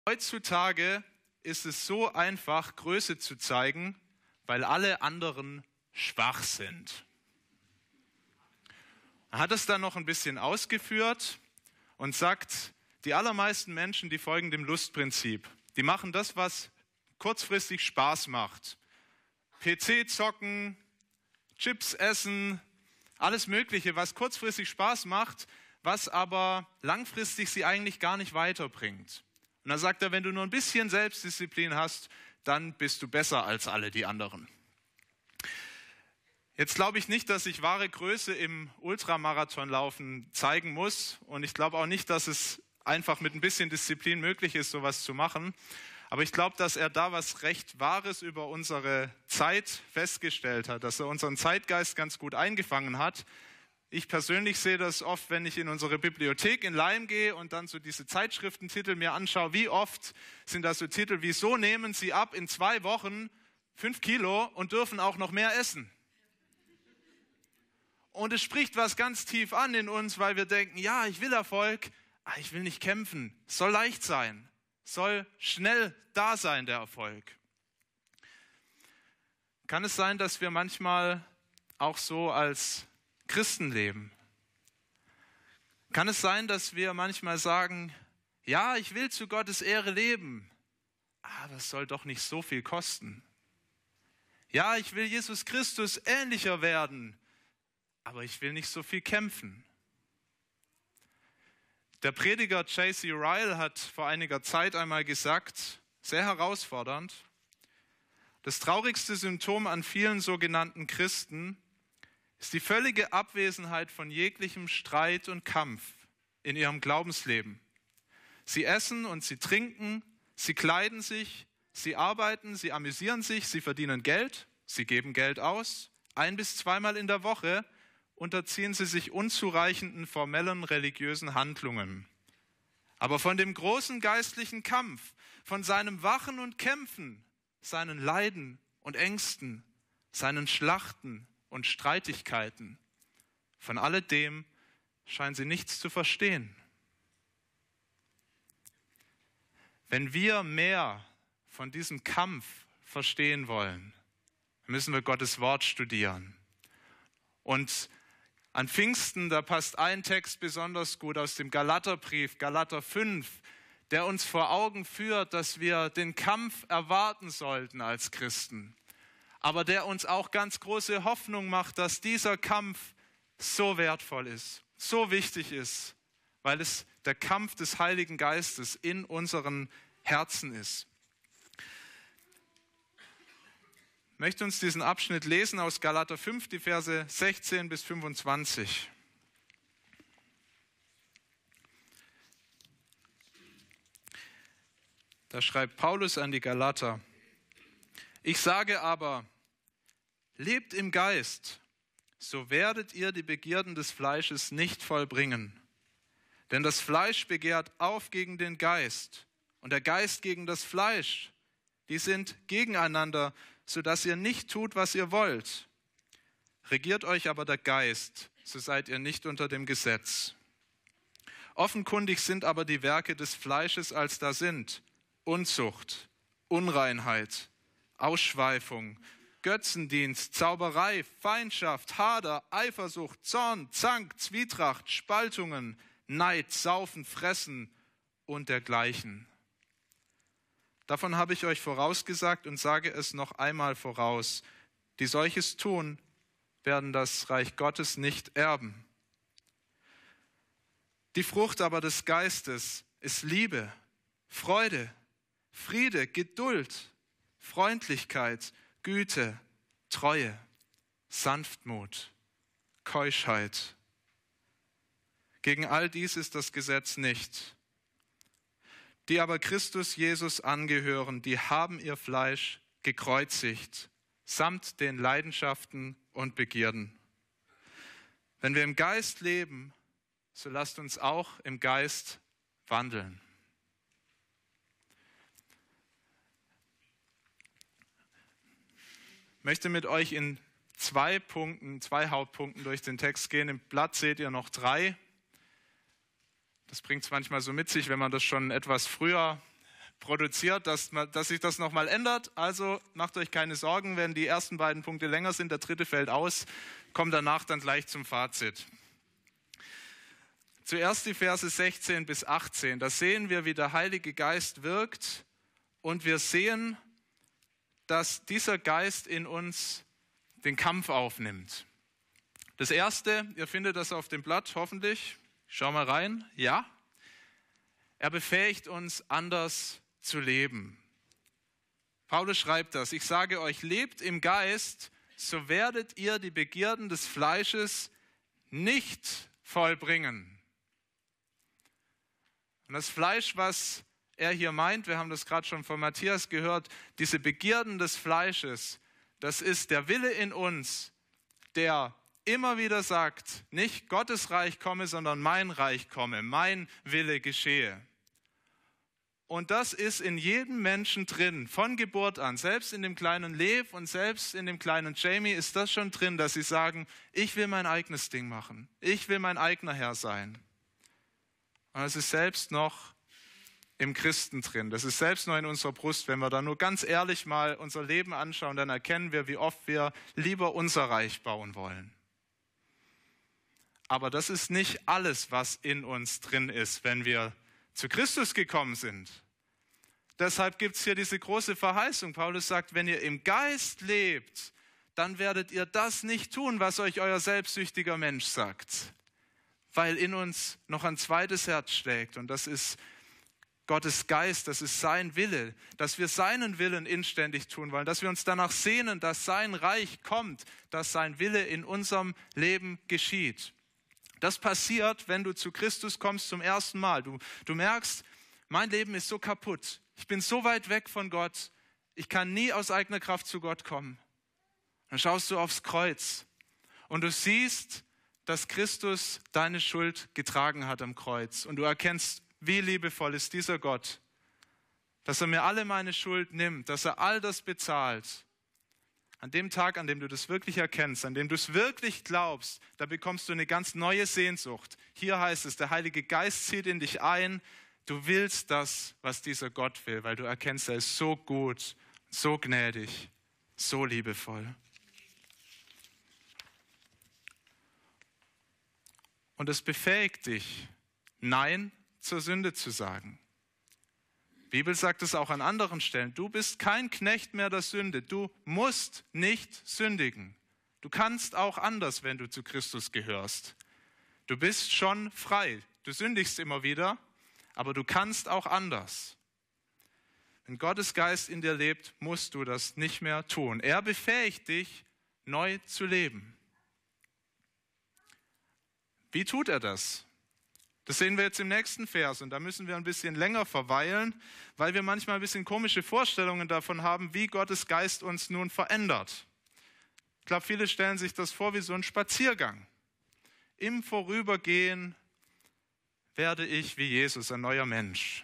Heutzutage ist es so einfach, Größe zu zeigen, weil alle anderen schwach sind. Er hat es dann noch ein bisschen ausgeführt und sagt, die allermeisten Menschen, die folgen dem Lustprinzip. Die machen das, was kurzfristig Spaß macht. PC zocken, Chips essen, alles Mögliche, was kurzfristig Spaß macht, was aber langfristig sie eigentlich gar nicht weiterbringt. Und dann sagt er, wenn du nur ein bisschen Selbstdisziplin hast, dann bist du besser als alle die anderen. Jetzt glaube ich nicht, dass ich wahre Größe im Ultramarathonlaufen zeigen muss. Und ich glaube auch nicht, dass es einfach mit ein bisschen Disziplin möglich ist, sowas zu machen. Aber ich glaube, dass er da was recht Wahres über unsere Zeit festgestellt hat, dass er unseren Zeitgeist ganz gut eingefangen hat. Ich persönlich sehe das oft, wenn ich in unsere Bibliothek in Leim gehe und dann so diese Zeitschriftentitel mir anschaue. Wie oft sind da so Titel wie: So nehmen Sie ab in 2 Wochen 5 Kilo und dürfen auch noch mehr essen. Und es spricht was ganz tief an in uns, weil wir denken, ja, ich will Erfolg, aber ich will nicht kämpfen. Es soll leicht sein, soll schnell da sein, der Erfolg. Kann es sein, dass wir manchmal auch so als Christen leben? Kann es sein, dass wir manchmal sagen, ja, ich will zu Gottes Ehre leben, aber es soll doch nicht so viel kosten. Ja, ich will Jesus Christus ähnlicher werden, aber ich will nicht so viel kämpfen. Der Prediger J.C. Ryle hat vor einiger Zeit einmal gesagt, sehr herausfordernd: Das traurigste Symptom an vielen sogenannten Christen ist die völlige Abwesenheit von jeglichem Streit und Kampf in ihrem Glaubensleben. Sie essen und sie trinken, sie kleiden sich, sie arbeiten, sie amüsieren sich, sie verdienen Geld, sie geben Geld aus. 1- bis 2-mal in der Woche unterziehen sie sich unzureichenden formellen religiösen Handlungen. Aber von dem großen geistlichen Kampf, von seinem Wachen und Kämpfen, seinen Leiden und Ängsten, seinen Schlachten und Streitigkeiten, von alledem scheinen sie nichts zu verstehen. Wenn wir mehr von diesem Kampf verstehen wollen, müssen wir Gottes Wort studieren. Und an Pfingsten, da passt ein Text besonders gut aus dem Galaterbrief, Galater 5, der uns vor Augen führt, dass wir den Kampf erwarten sollten als Christen. Aber der uns auch ganz große Hoffnung macht, dass dieser Kampf so wertvoll ist, so wichtig ist, weil es der Kampf des Heiligen Geistes in unseren Herzen ist. Ich möchte uns diesen Abschnitt lesen aus Galater 5, die Verse 16 bis 25. Da schreibt Paulus an die Galater: Ich sage aber, lebt im Geist, so werdet ihr die Begierden des Fleisches nicht vollbringen. Denn das Fleisch begehrt auf gegen den Geist und der Geist gegen das Fleisch. Die sind gegeneinander, sodass ihr nicht tut, was ihr wollt. Regiert euch aber der Geist, so seid ihr nicht unter dem Gesetz. Offenkundig sind aber die Werke des Fleisches, als da sind: Unzucht, Unreinheit, Ausschweifung, Götzendienst, Zauberei, Feindschaft, Hader, Eifersucht, Zorn, Zank, Zwietracht, Spaltungen, Neid, Saufen, Fressen und dergleichen. Davon habe ich euch vorausgesagt und sage es noch einmal voraus: Die solches tun, werden das Reich Gottes nicht erben. Die Frucht aber des Geistes ist Liebe, Freude, Friede, Geduld, Freundlichkeit, Güte, Treue, Sanftmut, Keuschheit. Gegen all dies ist das Gesetz nicht. Die aber Christus Jesus angehören, die haben ihr Fleisch gekreuzigt, samt den Leidenschaften und Begierden. Wenn wir im Geist leben, so lasst uns auch im Geist wandeln. Ich möchte mit euch in 2 Hauptpunkten durch den Text gehen. Im Blatt seht ihr noch 3. Das bringt es manchmal so mit sich, wenn man das schon etwas früher produziert, dass sich das nochmal ändert. Also macht euch keine Sorgen, wenn die ersten beiden Punkte länger sind, der dritte fällt aus, kommt danach dann gleich zum Fazit. Zuerst die Verse 16 bis 18. Da sehen wir, wie der Heilige Geist wirkt und wir sehen, dass dieser Geist in uns den Kampf aufnimmt. Das Erste, ihr findet das auf dem Blatt, hoffentlich. Schau mal rein. Ja. Er befähigt uns, anders zu leben. Paulus schreibt das: Ich sage euch, lebt im Geist, so werdet ihr die Begierden des Fleisches nicht vollbringen. Und das Fleisch, was er hier meint, wir haben das gerade schon von Matthias gehört, diese Begierden des Fleisches, das ist der Wille in uns, der immer wieder sagt, nicht Gottes Reich komme, sondern mein Reich komme, mein Wille geschehe. Und das ist in jedem Menschen drin, von Geburt an. Selbst in dem kleinen Lev und selbst in dem kleinen Jamie ist das schon drin, dass sie sagen, ich will mein eigenes Ding machen. Ich will mein eigener Herr sein. Und das ist selbst noch im Christen drin. Das ist selbst noch in unserer Brust. Wenn wir da nur ganz ehrlich mal unser Leben anschauen, dann erkennen wir, wie oft wir lieber unser Reich bauen wollen. Aber das ist nicht alles, was in uns drin ist, wenn wir zu Christus gekommen sind. Deshalb gibt es hier diese große Verheißung. Paulus sagt, wenn ihr im Geist lebt, dann werdet ihr das nicht tun, was euch euer selbstsüchtiger Mensch sagt. Weil in uns noch ein zweites Herz schlägt und das ist Gottes Geist, das ist sein Wille, dass wir seinen Willen inständig tun wollen, dass wir uns danach sehnen, dass sein Reich kommt, dass sein Wille in unserem Leben geschieht. Das passiert, wenn du zu Christus kommst zum ersten Mal. Du merkst, mein Leben ist so kaputt. Ich bin so weit weg von Gott. Ich kann nie aus eigener Kraft zu Gott kommen. Dann schaust du aufs Kreuz und du siehst, dass Christus deine Schuld getragen hat am Kreuz. Und du erkennst, wie liebevoll ist dieser Gott, dass er mir alle meine Schuld nimmt, dass er all das bezahlt. An dem Tag, an dem du das wirklich erkennst, an dem du es wirklich glaubst, da bekommst du eine ganz neue Sehnsucht. Hier heißt es, der Heilige Geist zieht in dich ein. Du willst das, was dieser Gott will, weil du erkennst, er ist so gut, so gnädig, so liebevoll. Und es befähigt dich, Nein zur Sünde zu sagen. Die Bibel sagt es auch an anderen Stellen. Du bist kein Knecht mehr der Sünde. Du musst nicht sündigen. Du kannst auch anders, wenn du zu Christus gehörst. Du bist schon frei. Du sündigst immer wieder, aber du kannst auch anders. Wenn Gottes Geist in dir lebt, musst du das nicht mehr tun. Er befähigt dich, neu zu leben. Wie tut er das? Das sehen wir jetzt im nächsten Vers und da müssen wir ein bisschen länger verweilen, weil wir manchmal ein bisschen komische Vorstellungen davon haben, wie Gottes Geist uns nun verändert. Ich glaube, viele stellen sich das vor wie so ein Spaziergang. Im Vorübergehen werde ich wie Jesus, ein neuer Mensch.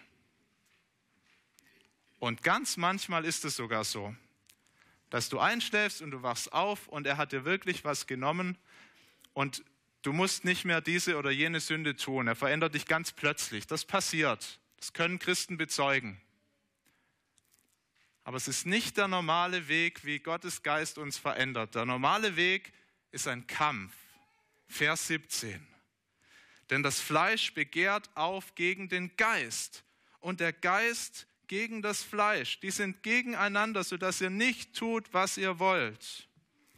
Und ganz manchmal ist es sogar so, dass du einschläfst und du wachst auf und er hat dir wirklich was genommen und du musst nicht mehr diese oder jene Sünde tun. Er verändert dich ganz plötzlich. Das passiert. Das können Christen bezeugen. Aber es ist nicht der normale Weg, wie Gottes Geist uns verändert. Der normale Weg ist ein Kampf. Vers 17. Denn das Fleisch begehrt auf gegen den Geist und der Geist gegen das Fleisch. Die sind gegeneinander, sodass ihr nicht tut, was ihr wollt.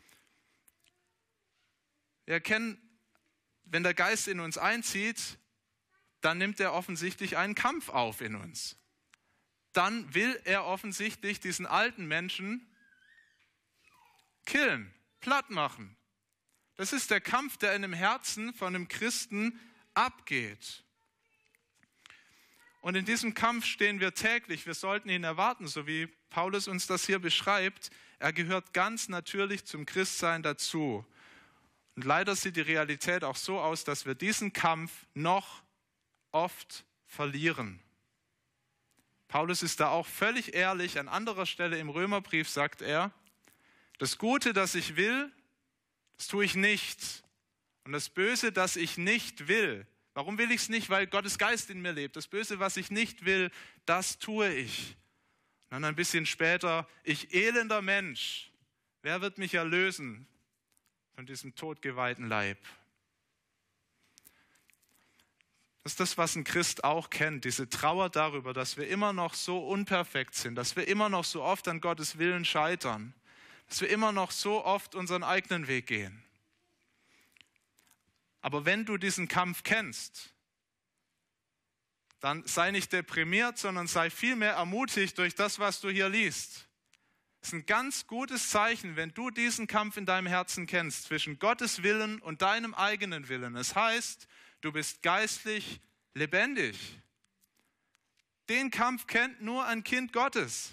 Wir erkennen, wenn der Geist in uns einzieht, dann nimmt er offensichtlich einen Kampf auf in uns. Dann will er offensichtlich diesen alten Menschen killen, platt machen. Das ist der Kampf, der in dem Herzen von einem Christen abgeht. Und in diesem Kampf stehen wir täglich. Wir sollten ihn erwarten, so wie Paulus uns das hier beschreibt. Er gehört ganz natürlich zum Christsein dazu. Und leider sieht die Realität auch so aus, dass wir diesen Kampf noch oft verlieren. Paulus ist da auch völlig ehrlich. An anderer Stelle im Römerbrief sagt er, das Gute, das ich will, das tue ich nicht. Und das Böse, das ich nicht will, Warum will ich es nicht? Weil Gottes Geist in mir lebt. Das Böse, was ich nicht will, das tue ich. Und dann ein bisschen später, ich elender Mensch, wer wird mich erlösen von diesem todgeweihten Leib? Das ist das, was ein Christ auch kennt, diese Trauer darüber, dass wir immer noch so unperfekt sind, dass wir immer noch so oft an Gottes Willen scheitern, dass wir immer noch so oft unseren eigenen Weg gehen. Aber wenn du diesen Kampf kennst, dann sei nicht deprimiert, sondern sei vielmehr ermutigt durch das, was du hier liest. Es ist ein ganz gutes Zeichen, wenn du diesen Kampf in deinem Herzen kennst, zwischen Gottes Willen und deinem eigenen Willen. Es heißt, du bist geistlich lebendig. Den Kampf kennt nur ein Kind Gottes.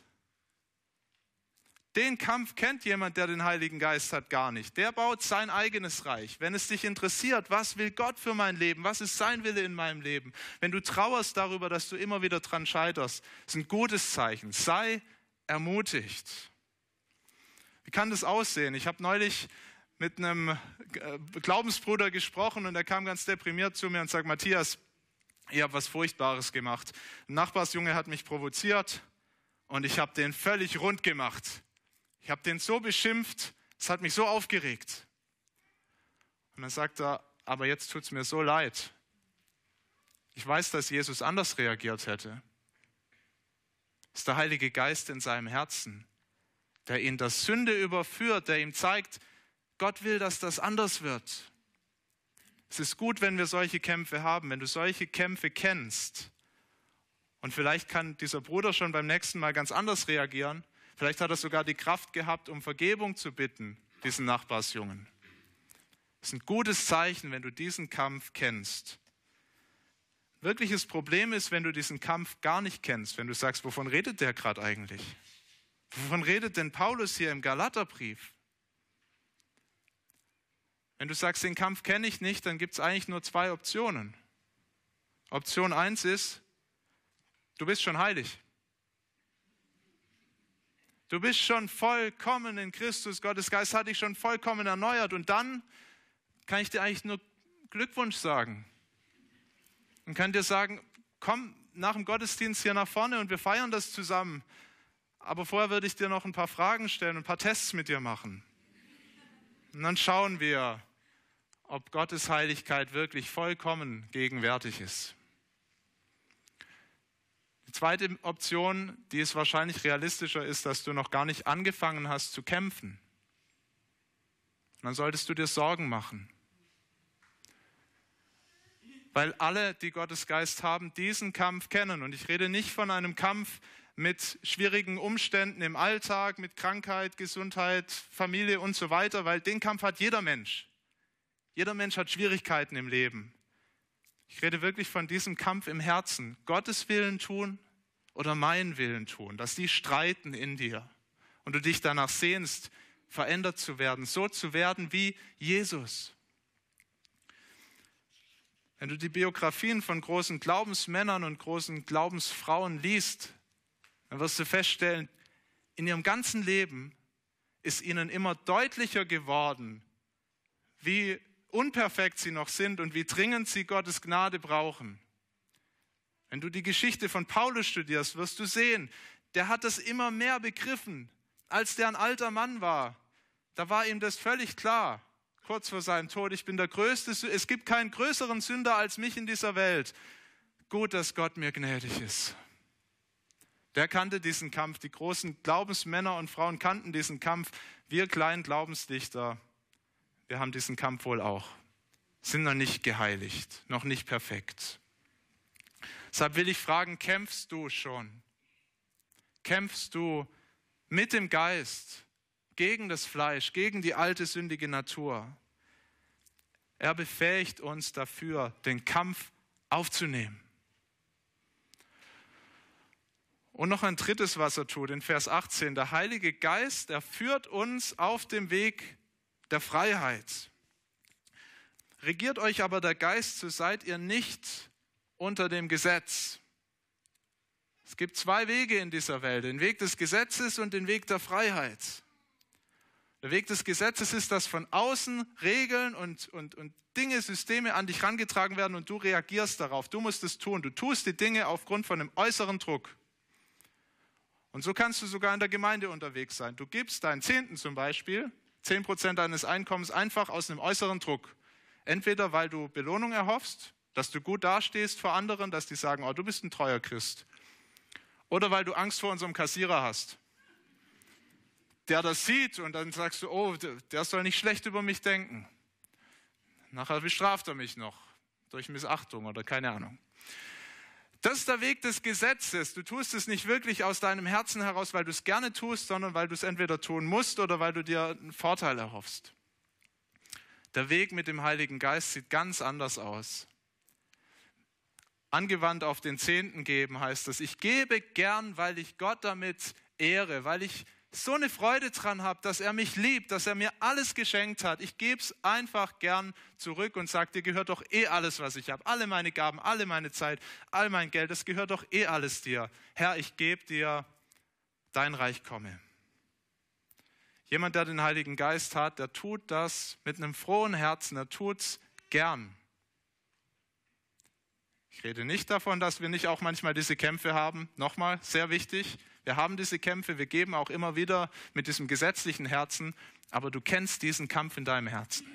Den Kampf kennt jemand, der den Heiligen Geist hat, gar nicht. Der baut sein eigenes Reich. Wenn es dich interessiert, was will Gott für mein Leben? Was ist sein Wille in meinem Leben? Wenn du trauerst darüber, dass du immer wieder dran scheiterst, ist ein gutes Zeichen. Sei ermutigt. Wie kann das aussehen? Ich habe neulich mit einem Glaubensbruder gesprochen und er kam ganz deprimiert zu mir und sagt, Matthias, ich habe was Furchtbares gemacht. Ein Nachbarsjunge hat mich provoziert und ich habe den völlig rund gemacht. Ich habe den so beschimpft, es hat mich so aufgeregt. Und dann sagt er, aber jetzt tut es mir so leid. Ich weiß, dass Jesus anders reagiert hätte. Es ist der Heilige Geist in seinem Herzen, der ihn der Sünde überführt, der ihm zeigt, Gott will, dass das anders wird. Es ist gut, wenn wir solche Kämpfe haben, wenn du solche Kämpfe kennst. Und vielleicht kann dieser Bruder schon beim nächsten Mal ganz anders reagieren. Vielleicht hat er sogar die Kraft gehabt, um Vergebung zu bitten, diesen Nachbarsjungen. Es ist ein gutes Zeichen, wenn du diesen Kampf kennst. Wirkliches Problem ist, wenn du diesen Kampf gar nicht kennst, wenn du sagst, wovon redet der gerade eigentlich? Wovon redet denn Paulus hier im Galaterbrief? Wenn du sagst, den Kampf kenne ich nicht, dann gibt es eigentlich nur zwei Optionen. Option 1 ist, du bist schon heilig. Du bist schon vollkommen in Christus. Gottes Geist hat dich schon vollkommen erneuert. Und dann kann ich dir eigentlich nur Glückwunsch sagen. Und kann dir sagen, komm nach dem Gottesdienst hier nach vorne und wir feiern das zusammen. Aber vorher würde ich dir noch ein paar Fragen stellen, ein paar Tests mit dir machen. Und dann schauen wir, ob Gottes Heiligkeit wirklich vollkommen gegenwärtig ist. Die zweite Option, die es wahrscheinlich realistischer ist, dass du noch gar nicht angefangen hast zu kämpfen. Und dann solltest du dir Sorgen machen. Weil alle, die Gottes Geist haben, diesen Kampf kennen. Und ich rede nicht von einem Kampf mit schwierigen Umständen im Alltag, mit Krankheit, Gesundheit, Familie und so weiter, weil den Kampf hat jeder Mensch. Jeder Mensch hat Schwierigkeiten im Leben. Ich rede wirklich von diesem Kampf im Herzen. Gottes Willen tun oder meinen Willen tun. Dass die streiten in dir und du dich danach sehnst, verändert zu werden, so zu werden wie Jesus. Wenn du die Biografien von großen Glaubensmännern und großen Glaubensfrauen liest, dann wirst du feststellen, in ihrem ganzen Leben ist ihnen immer deutlicher geworden, wie unperfekt sie noch sind und wie dringend sie Gottes Gnade brauchen. Wenn du die Geschichte von Paulus studierst, wirst du sehen, der hat das immer mehr begriffen, als der ein alter Mann war. Da war ihm das völlig klar, kurz vor seinem Tod, ich bin der Größte, es gibt keinen größeren Sünder als mich in dieser Welt. Gut, dass Gott mir gnädig ist. Der kannte diesen Kampf, die großen Glaubensmänner und Frauen kannten diesen Kampf. Wir kleinen Glaubenslichter, wir haben diesen Kampf wohl auch, sind noch nicht geheiligt, noch nicht perfekt. Deshalb will ich fragen, kämpfst du schon? Kämpfst du mit dem Geist gegen das Fleisch, gegen die alte sündige Natur? Er befähigt uns dafür, den Kampf aufzunehmen. Und noch ein drittes, was er tut, in Vers 18. Der Heilige Geist, er führt uns auf dem Weg der Freiheit. Regiert euch aber der Geist, so seid ihr nicht unter dem Gesetz. Es gibt zwei Wege in dieser Welt, den Weg des Gesetzes und den Weg der Freiheit. Der Weg des Gesetzes ist, dass von außen Regeln und Dinge, Systeme an dich herangetragen werden und du reagierst darauf. Du musst es tun. Du tust die Dinge aufgrund von einem äußeren Druck. Und so kannst du sogar in der Gemeinde unterwegs sein. Du gibst deinen Zehnten zum Beispiel, 10% deines Einkommens, einfach aus einem äußeren Druck. Entweder weil du Belohnung erhoffst, dass du gut dastehst vor anderen, dass die sagen, oh, du bist ein treuer Christ. Oder weil du Angst vor unserem Kassierer hast, der das sieht und dann sagst du, oh, der soll nicht schlecht über mich denken. Nachher bestraft er mich noch durch Missachtung oder keine Ahnung. Das ist der Weg des Gesetzes. Du tust es nicht wirklich aus deinem Herzen heraus, weil du es gerne tust, sondern weil du es entweder tun musst oder weil du dir einen Vorteil erhoffst. Der Weg mit dem Heiligen Geist sieht ganz anders aus. Angewandt auf den Zehnten geben heißt es, ich gebe gern, weil ich Gott damit ehre, weil ich so eine Freude dran habe, dass er mich liebt, dass er mir alles geschenkt hat. Ich gebe es einfach gern zurück und sage, dir gehört doch eh alles, was ich habe. Alle meine Gaben, alle meine Zeit, all mein Geld, das gehört doch eh alles dir. Herr, ich gebe dir, dein Reich komme. Jemand, der den Heiligen Geist hat, der tut das mit einem frohen Herzen, er tut es gern. Ich rede nicht davon, dass wir nicht auch manchmal diese Kämpfe haben. Nochmal, sehr wichtig. Wir haben diese Kämpfe, wir geben auch immer wieder mit diesem gesetzlichen Herzen, aber du kennst diesen Kampf in deinem Herzen.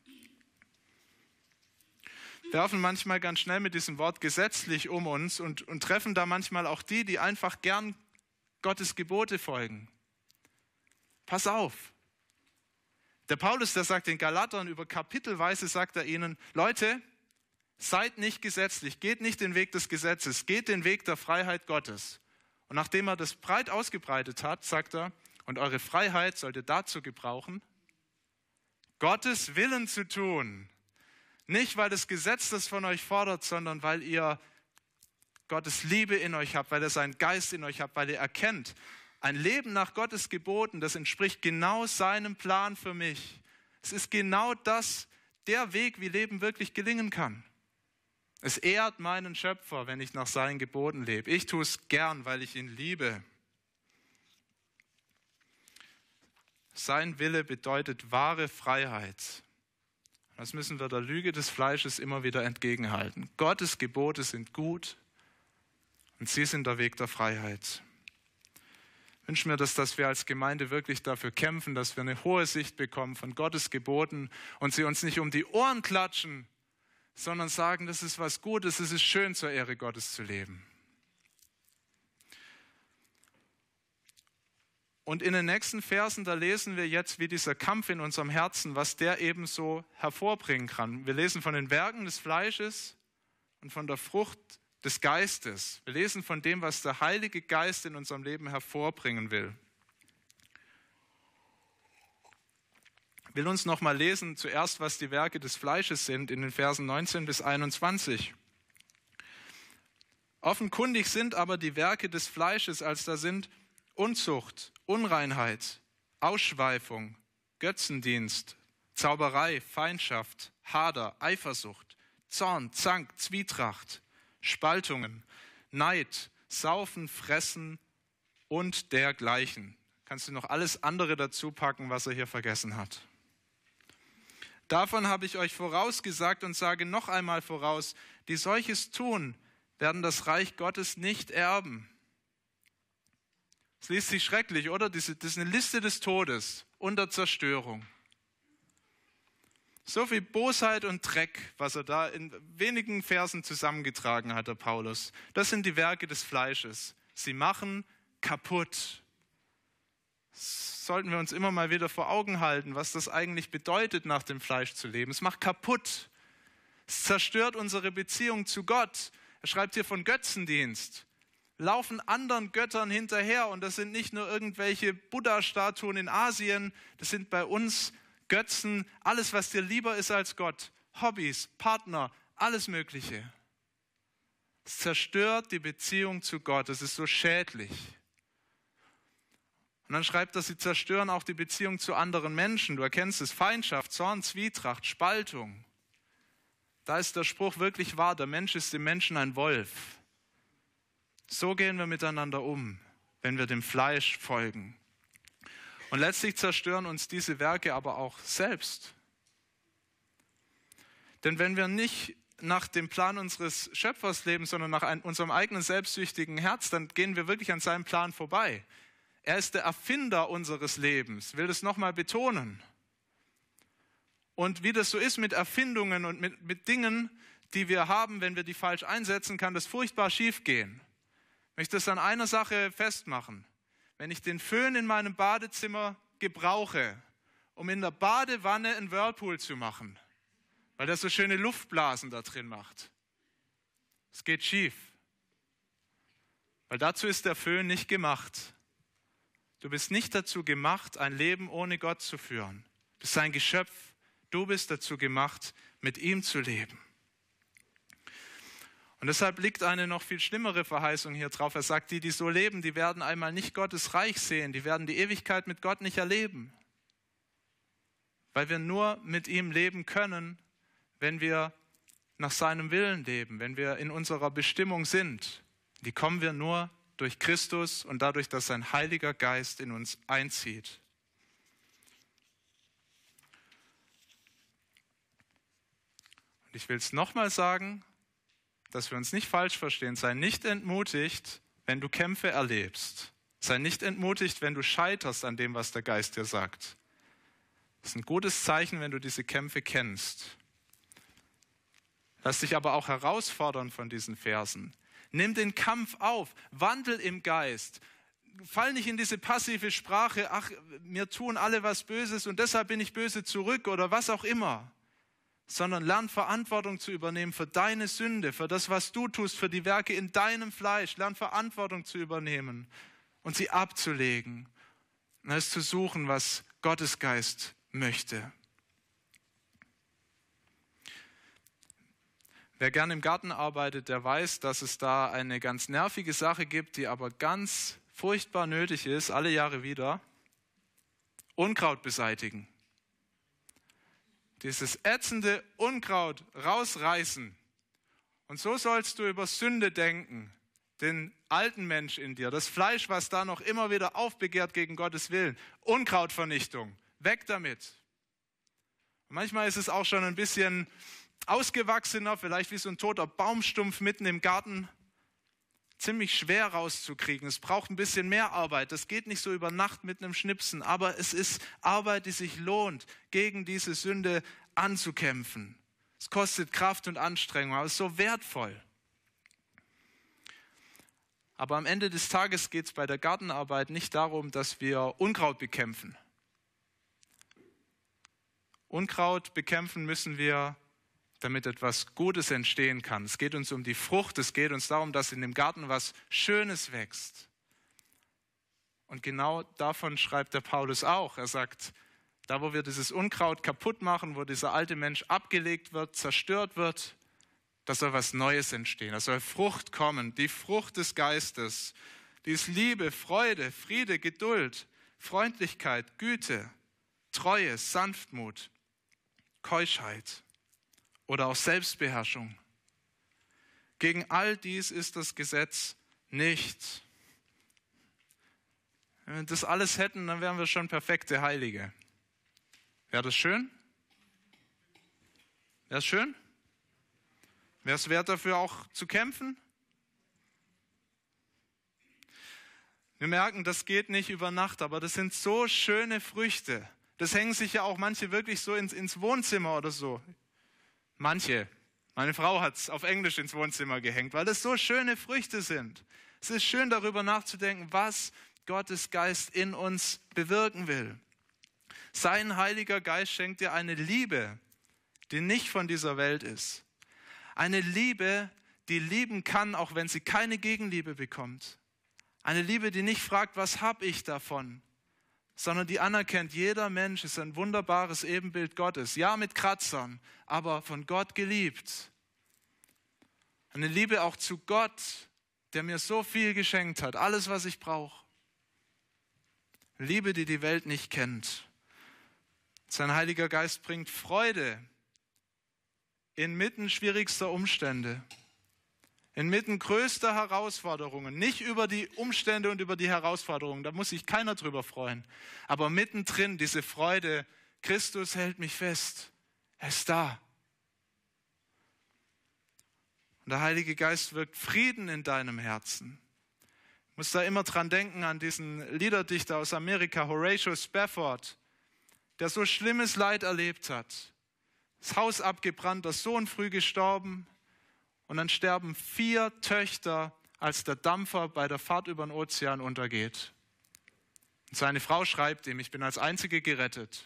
Wir werfen manchmal ganz schnell mit diesem Wort gesetzlich um uns und treffen da manchmal auch die einfach gern Gottes Gebote folgen. Pass auf. Der Paulus, der sagt den Galatern über kapitelweise, sagt er ihnen, Leute, seid nicht gesetzlich, geht nicht den Weg des Gesetzes, geht den Weg der Freiheit Gottes. Und nachdem er das breit ausgebreitet hat, sagt er, und eure Freiheit sollt ihr dazu gebrauchen, Gottes Willen zu tun. Nicht, weil das Gesetz das von euch fordert, sondern weil ihr Gottes Liebe in euch habt, weil ihr seinen Geist in euch habt, weil ihr erkennt, ein Leben nach Gottes Geboten, das entspricht genau seinem Plan für mich. Es ist genau das, der Weg, wie Leben wirklich gelingen kann. Es ehrt meinen Schöpfer, wenn ich nach seinen Geboten lebe. Ich tue es gern, weil ich ihn liebe. Sein Wille bedeutet wahre Freiheit. Das müssen wir der Lüge des Fleisches immer wieder entgegenhalten. Gottes Gebote sind gut und sie sind der Weg der Freiheit. Ich wünsche mir, dass wir als Gemeinde wirklich dafür kämpfen, dass wir eine hohe Sicht bekommen von Gottes Geboten und sie uns nicht um die Ohren klatschen, sondern sagen, das ist was Gutes, es ist schön, zur Ehre Gottes zu leben. Und in den nächsten Versen, da lesen wir jetzt, wie dieser Kampf in unserem Herzen, was der eben so hervorbringen kann. Wir lesen von den Werken des Fleisches und von der Frucht des Geistes. Wir lesen von dem, was der Heilige Geist in unserem Leben hervorbringen will. Ich will uns noch mal lesen, zuerst, was die Werke des Fleisches sind, in den Versen 19 bis 21. Offenkundig sind aber die Werke des Fleisches, als da sind Unzucht, Unreinheit, Ausschweifung, Götzendienst, Zauberei, Feindschaft, Hader, Eifersucht, Zorn, Zank, Zwietracht, Spaltungen, Neid, Saufen, Fressen und dergleichen. Kannst du noch alles andere dazu packen, was er hier vergessen hat. Davon habe ich euch vorausgesagt und sage noch einmal voraus, die solches tun, werden das Reich Gottes nicht erben. Es liest sich schrecklich, oder? Das ist eine Liste des Todes und der Zerstörung. So viel Bosheit und Dreck, was er da in wenigen Versen zusammengetragen hat, der Paulus. Das sind die Werke des Fleisches. Sie machen kaputt. Das sollten wir uns immer mal wieder vor Augen halten, was das eigentlich bedeutet, nach dem Fleisch zu leben. Es macht kaputt. Es zerstört unsere Beziehung zu Gott. Er schreibt hier von Götzendienst. Laufen anderen Göttern hinterher und das sind nicht nur irgendwelche Buddha-Statuen in Asien, das sind bei uns Götzen, alles, was dir lieber ist als Gott, Hobbys, Partner, alles Mögliche. Es zerstört die Beziehung zu Gott, es ist so schädlich. Und dann schreibt er, sie zerstören auch die Beziehung zu anderen Menschen. Du erkennst es, Feindschaft, Zorn, Zwietracht, Spaltung. Da ist der Spruch wirklich wahr, der Mensch ist dem Menschen ein Wolf. So gehen wir miteinander um, wenn wir dem Fleisch folgen. Und letztlich zerstören uns diese Werke aber auch selbst. Denn wenn wir nicht nach dem Plan unseres Schöpfers leben, sondern nach unserem eigenen selbstsüchtigen Herz, dann gehen wir wirklich an seinem Plan vorbei. Er ist der Erfinder unseres Lebens, will das nochmal betonen. Und wie das so ist mit Erfindungen und mit Dingen, die wir haben, wenn wir die falsch einsetzen, kann das furchtbar schief gehen. Ich möchte das an einer Sache festmachen. Wenn ich den Föhn in meinem Badezimmer gebrauche, um in der Badewanne einen Whirlpool zu machen, weil der so schöne Luftblasen da drin macht. Es geht schief. Weil dazu ist der Föhn nicht gemacht. Du bist nicht dazu gemacht, ein Leben ohne Gott zu führen. Du bist sein Geschöpf. Du bist dazu gemacht, mit ihm zu leben. Und deshalb liegt eine noch viel schlimmere Verheißung hier drauf. Er sagt, die so leben, die werden einmal nicht Gottes Reich sehen. Die werden die Ewigkeit mit Gott nicht erleben. Weil wir nur mit ihm leben können, wenn wir nach seinem Willen leben, wenn wir in unserer Bestimmung sind. Die kommen wir nur durch Christus und dadurch, dass sein Heiliger Geist in uns einzieht. Und ich will es nochmal sagen, dass wir uns nicht falsch verstehen. Sei nicht entmutigt, wenn du Kämpfe erlebst. Sei nicht entmutigt, wenn du scheiterst an dem, was der Geist dir sagt. Das ist ein gutes Zeichen, wenn du diese Kämpfe kennst. Lass dich aber auch herausfordern von diesen Versen. Nimm den Kampf auf, wandel im Geist. Fall nicht in diese passive Sprache, ach, mir tun alle was Böses und deshalb bin ich böse zurück oder was auch immer. Sondern lern Verantwortung zu übernehmen für deine Sünde, für das, was du tust, für die Werke in deinem Fleisch. Lern Verantwortung zu übernehmen und sie abzulegen. Und es zu suchen, was Gottes Geist möchte. Wer gern im Garten arbeitet, der weiß, dass es da eine ganz nervige Sache gibt, die aber ganz furchtbar nötig ist, alle Jahre wieder. Unkraut beseitigen. Dieses ätzende Unkraut rausreißen. Und so sollst du über Sünde denken, den alten Mensch in dir, das Fleisch, was da noch immer wieder aufbegehrt gegen Gottes Willen. Unkrautvernichtung, weg damit. Und manchmal ist es auch schon ein bisschen ausgewachsener, vielleicht wie so ein toter Baumstumpf mitten im Garten, ziemlich schwer rauszukriegen. Es braucht ein bisschen mehr Arbeit. Das geht nicht so über Nacht mit einem Schnipsen, aber es ist Arbeit, die sich lohnt, gegen diese Sünde anzukämpfen. Es kostet Kraft und Anstrengung, aber es ist so wertvoll. Aber am Ende des Tages geht es bei der Gartenarbeit nicht darum, dass wir Unkraut bekämpfen. Unkraut bekämpfen müssen wir, damit etwas Gutes entstehen kann. Es geht uns um die Frucht, es geht uns darum, dass in dem Garten was Schönes wächst. Und genau davon schreibt der Paulus auch. Er sagt, da wo wir dieses Unkraut kaputt machen, wo dieser alte Mensch abgelegt wird, zerstört wird, da soll was Neues entstehen, da soll Frucht kommen, die Frucht des Geistes. Die ist Liebe, Freude, Friede, Geduld, Freundlichkeit, Güte, Treue, Sanftmut, Keuschheit. Oder auch Selbstbeherrschung. Gegen all dies ist das Gesetz nicht. Wenn wir das alles hätten, dann wären wir schon perfekte Heilige. Wäre das schön? Wäre es schön? Wäre es wert dafür auch zu kämpfen? Wir merken, das geht nicht über Nacht, aber das sind so schöne Früchte. Das hängen sich ja auch manche wirklich so ins Wohnzimmer oder so. Manche. Meine Frau hat es auf Englisch ins Wohnzimmer gehängt, weil das so schöne Früchte sind. Es ist schön, darüber nachzudenken, was Gottes Geist in uns bewirken will. Sein Heiliger Geist schenkt dir eine Liebe, die nicht von dieser Welt ist. Eine Liebe, die lieben kann, auch wenn sie keine Gegenliebe bekommt. Eine Liebe, die nicht fragt, was habe ich davon, sondern die anerkennt, jeder Mensch ist ein wunderbares Ebenbild Gottes. Ja, mit Kratzern, aber von Gott geliebt. Eine Liebe auch zu Gott, der mir so viel geschenkt hat, alles, was ich brauche. Liebe, die die Welt nicht kennt. Sein Heiliger Geist bringt Freude inmitten schwierigster Umstände. Inmitten größter Herausforderungen, nicht über die Umstände und über die Herausforderungen, da muss sich keiner drüber freuen, aber mittendrin diese Freude, Christus hält mich fest, er ist da. Und der Heilige Geist wirkt Frieden in deinem Herzen. Ich muss da immer dran denken an diesen Liederdichter aus Amerika, Horatio Spafford, der so schlimmes Leid erlebt hat. Das Haus abgebrannt, der Sohn früh gestorben. Und dann sterben 4 Töchter, als der Dampfer bei der Fahrt über den Ozean untergeht. Und seine Frau schreibt ihm, ich bin als Einzige gerettet.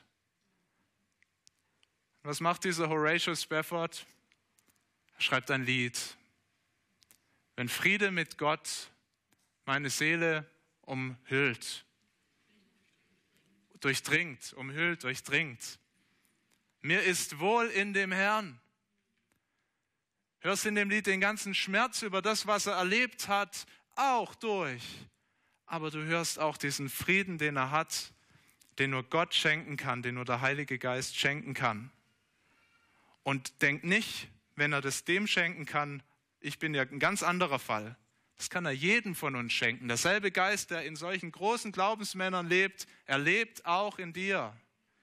Und was macht dieser Horatio Spafford? Er schreibt ein Lied. Wenn Friede mit Gott meine Seele umhüllt, durchdringt, umhüllt, durchdringt. Mir ist wohl in dem Herrn. Hörst in dem Lied den ganzen Schmerz über das, was er erlebt hat, auch durch. Aber du hörst auch diesen Frieden, den er hat, den nur Gott schenken kann, den nur der Heilige Geist schenken kann. Und denk nicht, wenn er das dem schenken kann, ich bin ja ein ganz anderer Fall. Das kann er jedem von uns schenken. Derselbe Geist, der in solchen großen Glaubensmännern lebt, er lebt auch in dir.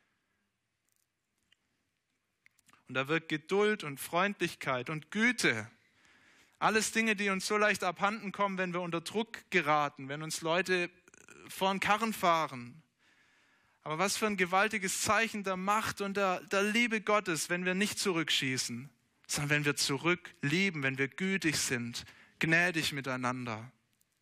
Und da wirkt Geduld und Freundlichkeit und Güte. Alles Dinge, die uns so leicht abhanden kommen, wenn wir unter Druck geraten, wenn uns Leute vor den Karren fahren. Aber was für ein gewaltiges Zeichen der Macht und der Liebe Gottes, wenn wir nicht zurückschießen, sondern wenn wir zurücklieben, wenn wir gütig sind, gnädig miteinander.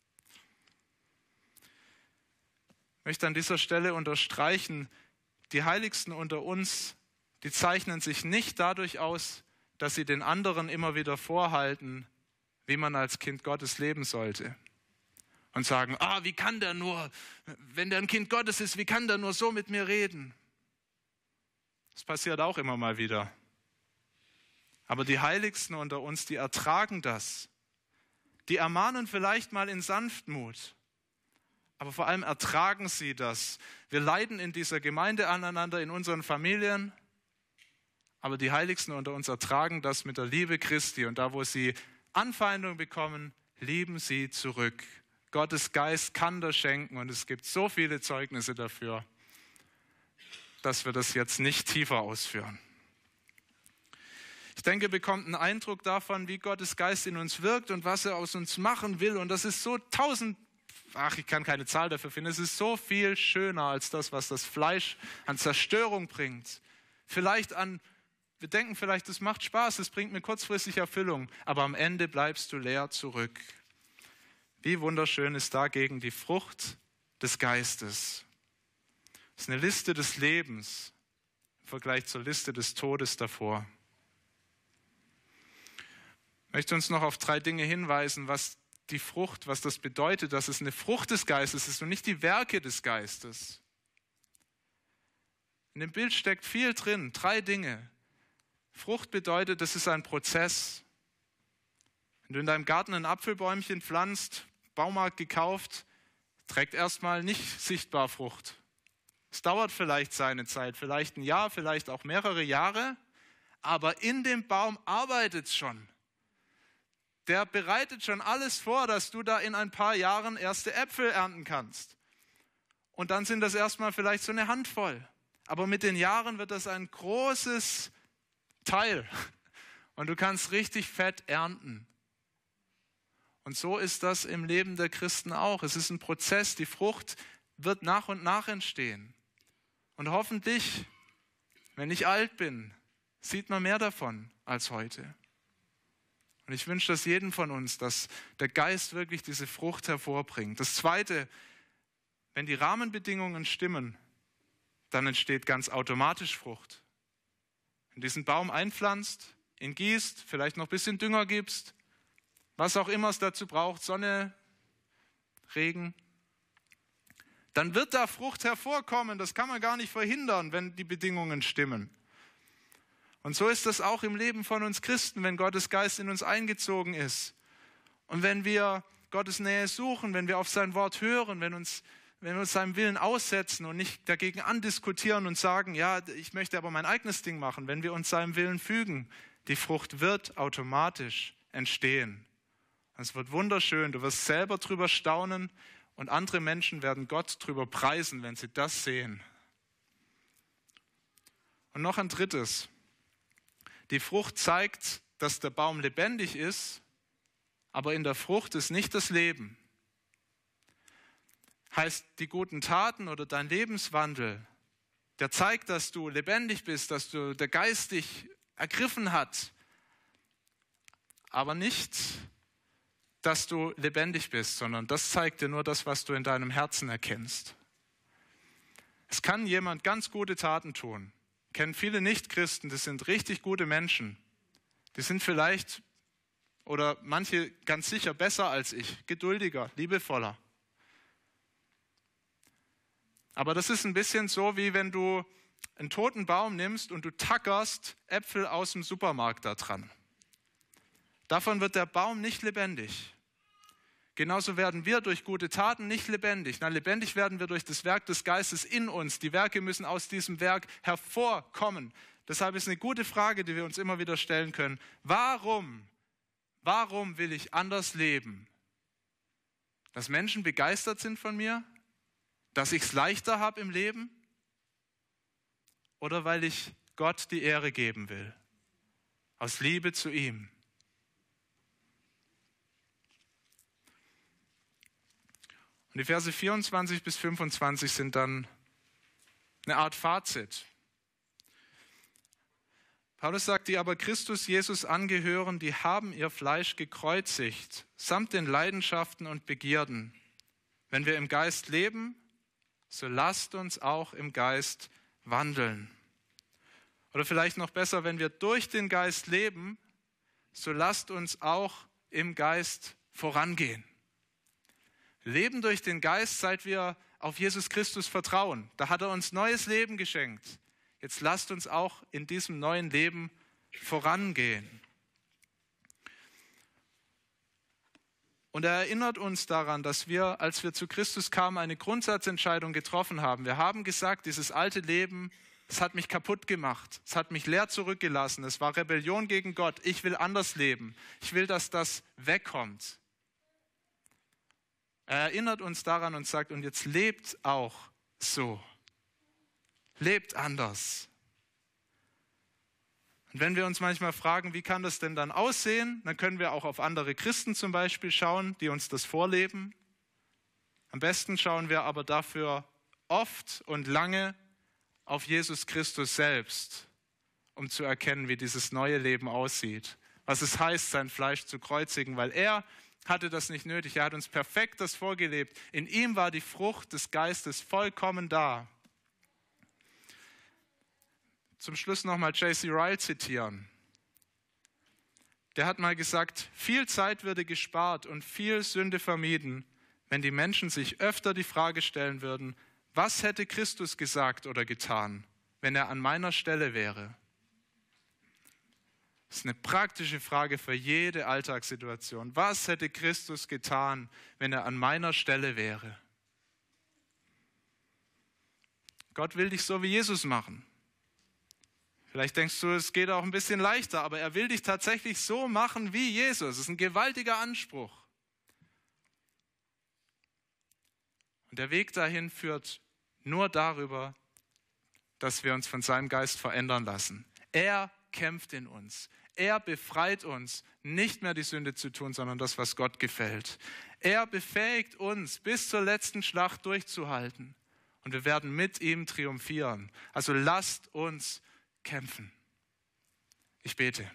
Ich möchte an dieser Stelle unterstreichen, die Heiligsten unter uns, die zeichnen sich nicht dadurch aus, dass sie den anderen immer wieder vorhalten, wie man als Kind Gottes leben sollte. Und sagen, wie kann der nur, wenn der ein Kind Gottes ist, wie kann der nur so mit mir reden? Das passiert auch immer mal wieder. Aber die Heiligsten unter uns, die ertragen das. Die ermahnen vielleicht mal in Sanftmut. Aber vor allem ertragen sie das. Wir leiden in dieser Gemeinde aneinander, in unseren Familien. Aber die Heiligsten unter uns ertragen das mit der Liebe Christi. Und da, wo sie Anfeindung bekommen, lieben sie zurück. Gottes Geist kann das schenken. Und es gibt so viele Zeugnisse dafür, dass wir das jetzt nicht tiefer ausführen. Ich denke, ihr bekommt einen Eindruck davon, wie Gottes Geist in uns wirkt und was er aus uns machen will. Und das ist so ich kann keine Zahl dafür finden. Es ist so viel schöner als das, was das Fleisch an Zerstörung bringt. Wir denken vielleicht, das macht Spaß, das bringt mir kurzfristig Erfüllung, aber am Ende bleibst du leer zurück. Wie wunderschön ist dagegen die Frucht des Geistes. Das ist eine Liste des Lebens im Vergleich zur Liste des Todes davor. Ich möchte uns noch auf 3 Dinge hinweisen, was die Frucht, was das bedeutet, dass es eine Frucht des Geistes ist und nicht die Werke des Geistes. In dem Bild steckt viel drin, 3 Dinge. Frucht bedeutet, das ist ein Prozess. Wenn du in deinem Garten ein Apfelbäumchen pflanzt, Baumarkt gekauft, trägt erstmal nicht sichtbar Frucht. Es dauert vielleicht seine Zeit, vielleicht ein Jahr, vielleicht auch mehrere Jahre, aber in dem Baum arbeitet es schon. Der bereitet schon alles vor, dass du da in ein paar Jahren erste Äpfel ernten kannst. Und dann sind das erstmal vielleicht so eine Handvoll. Aber mit den Jahren wird das ein großes Teil. Und du kannst richtig fett ernten. Und so ist das im Leben der Christen auch. Es ist ein Prozess, die Frucht wird nach und nach entstehen. Und hoffentlich, wenn ich alt bin, sieht man mehr davon als heute. Und ich wünsche das jedem von uns, dass der Geist wirklich diese Frucht hervorbringt. Das Zweite, wenn die Rahmenbedingungen stimmen, dann entsteht ganz automatisch Frucht. Wenn du diesen Baum einpflanzt, ihn gießt, vielleicht noch ein bisschen Dünger gibst, was auch immer es dazu braucht, Sonne, Regen, dann wird da Frucht hervorkommen. Das kann man gar nicht verhindern, wenn die Bedingungen stimmen. Und so ist das auch im Leben von uns Christen, wenn Gottes Geist in uns eingezogen ist. Und wenn wir Gottes Nähe suchen, wenn wir auf sein Wort hören, wenn wir uns seinem Willen aussetzen und nicht dagegen andiskutieren und sagen, ja, ich möchte aber mein eigenes Ding machen, wenn wir uns seinem Willen fügen, die Frucht wird automatisch entstehen. Es wird wunderschön, du wirst selber drüber staunen und andere Menschen werden Gott drüber preisen, wenn sie das sehen. Und noch ein drittes. Die Frucht zeigt, dass der Baum lebendig ist, aber in der Frucht ist nicht das Leben. Heißt, die guten Taten oder dein Lebenswandel, der zeigt, dass du lebendig bist, dass der Geist dich ergriffen hat, aber nicht, dass du lebendig bist, sondern das zeigt dir nur das, was du in deinem Herzen erkennst. Es kann jemand ganz gute Taten tun. Kennen viele Nichtchristen, das sind richtig gute Menschen. Die sind vielleicht, oder manche ganz sicher besser als ich, geduldiger, liebevoller. Aber das ist ein bisschen so, wie wenn du einen toten Baum nimmst und du tackerst Äpfel aus dem Supermarkt da dran. Davon wird der Baum nicht lebendig. Genauso werden wir durch gute Taten nicht lebendig. Na, lebendig werden wir durch das Werk des Geistes in uns. Die Werke müssen aus diesem Werk hervorkommen. Deshalb ist eine gute Frage, die wir uns immer wieder stellen können. Warum will ich anders leben? Dass Menschen begeistert sind von mir? Dass ich es leichter habe im Leben? Oder weil ich Gott die Ehre geben will? Aus Liebe zu ihm. Und die Verse 24 bis 25 sind dann eine Art Fazit. Paulus sagt, die aber Christus Jesus angehören, die haben ihr Fleisch gekreuzigt, samt den Leidenschaften und Begierden. Wenn wir im Geist leben, so lasst uns auch im Geist wandeln. Oder vielleicht noch besser, wenn wir durch den Geist leben, so lasst uns auch im Geist vorangehen. Wir leben durch den Geist, seit wir auf Jesus Christus vertrauen. Da hat er uns neues Leben geschenkt. Jetzt lasst uns auch in diesem neuen Leben vorangehen. Und er erinnert uns daran, dass wir, als wir zu Christus kamen, eine Grundsatzentscheidung getroffen haben. Wir haben gesagt, dieses alte Leben, es hat mich kaputt gemacht. Es hat mich leer zurückgelassen. Es war Rebellion gegen Gott. Ich will anders leben. Ich will, dass das wegkommt. Er erinnert uns daran und sagt, und jetzt lebt auch so. Lebt anders. Und wenn wir uns manchmal fragen, wie kann das denn dann aussehen, dann können wir auch auf andere Christen zum Beispiel schauen, die uns das vorleben. Am besten schauen wir aber dafür oft und lange auf Jesus Christus selbst, um zu erkennen, wie dieses neue Leben aussieht. Was es heißt, sein Fleisch zu kreuzigen, weil er hatte das nicht nötig. Er hat uns perfekt das vorgelebt. In ihm war die Frucht des Geistes vollkommen da. Zum Schluss nochmal J.C. Ryle zitieren. Der hat mal gesagt, viel Zeit würde gespart und viel Sünde vermieden, wenn die Menschen sich öfter die Frage stellen würden, was hätte Christus gesagt oder getan, wenn er an meiner Stelle wäre? Das ist eine praktische Frage für jede Alltagssituation. Was hätte Christus getan, wenn er an meiner Stelle wäre? Gott will dich so wie Jesus machen. Vielleicht denkst du, es geht auch ein bisschen leichter, aber er will dich tatsächlich so machen wie Jesus. Das ist ein gewaltiger Anspruch. Und der Weg dahin führt nur darüber, dass wir uns von seinem Geist verändern lassen. Er kämpft in uns. Er befreit uns, nicht mehr die Sünde zu tun, sondern das, was Gott gefällt. Er befähigt uns, bis zur letzten Schlacht durchzuhalten. Und wir werden mit ihm triumphieren. Also lasst uns kämpfen. Ich bete.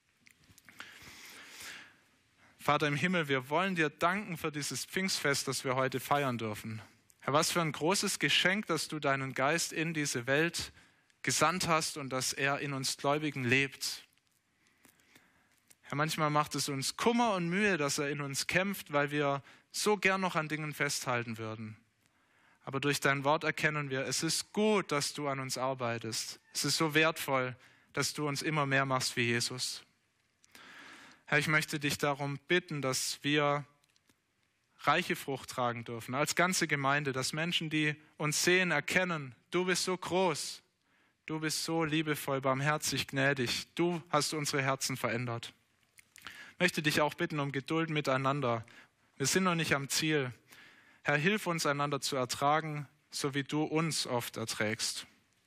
Vater im Himmel, wir wollen dir danken für dieses Pfingstfest, das wir heute feiern dürfen. Herr, was für ein großes Geschenk, dass du deinen Geist in diese Welt gesandt hast und dass er in uns Gläubigen lebt. Herr, manchmal macht es uns Kummer und Mühe, dass er in uns kämpft, weil wir so gern noch an Dingen festhalten würden. Aber durch dein Wort erkennen wir, es ist gut, dass du an uns arbeitest. Es ist so wertvoll, dass du uns immer mehr machst wie Jesus. Herr, ich möchte dich darum bitten, dass wir reiche Frucht tragen dürfen, als ganze Gemeinde, dass Menschen, die uns sehen, erkennen, du bist so groß, du bist so liebevoll, barmherzig, gnädig, du hast unsere Herzen verändert. Ich möchte dich auch bitten um Geduld miteinander. Wir sind noch nicht am Ziel. Herr, hilf uns, einander zu ertragen, so wie du uns oft erträgst.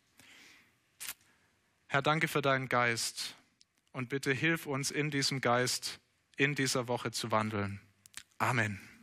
Herr, danke für deinen Geist und bitte hilf uns in diesem Geist in dieser Woche zu wandeln. Amen.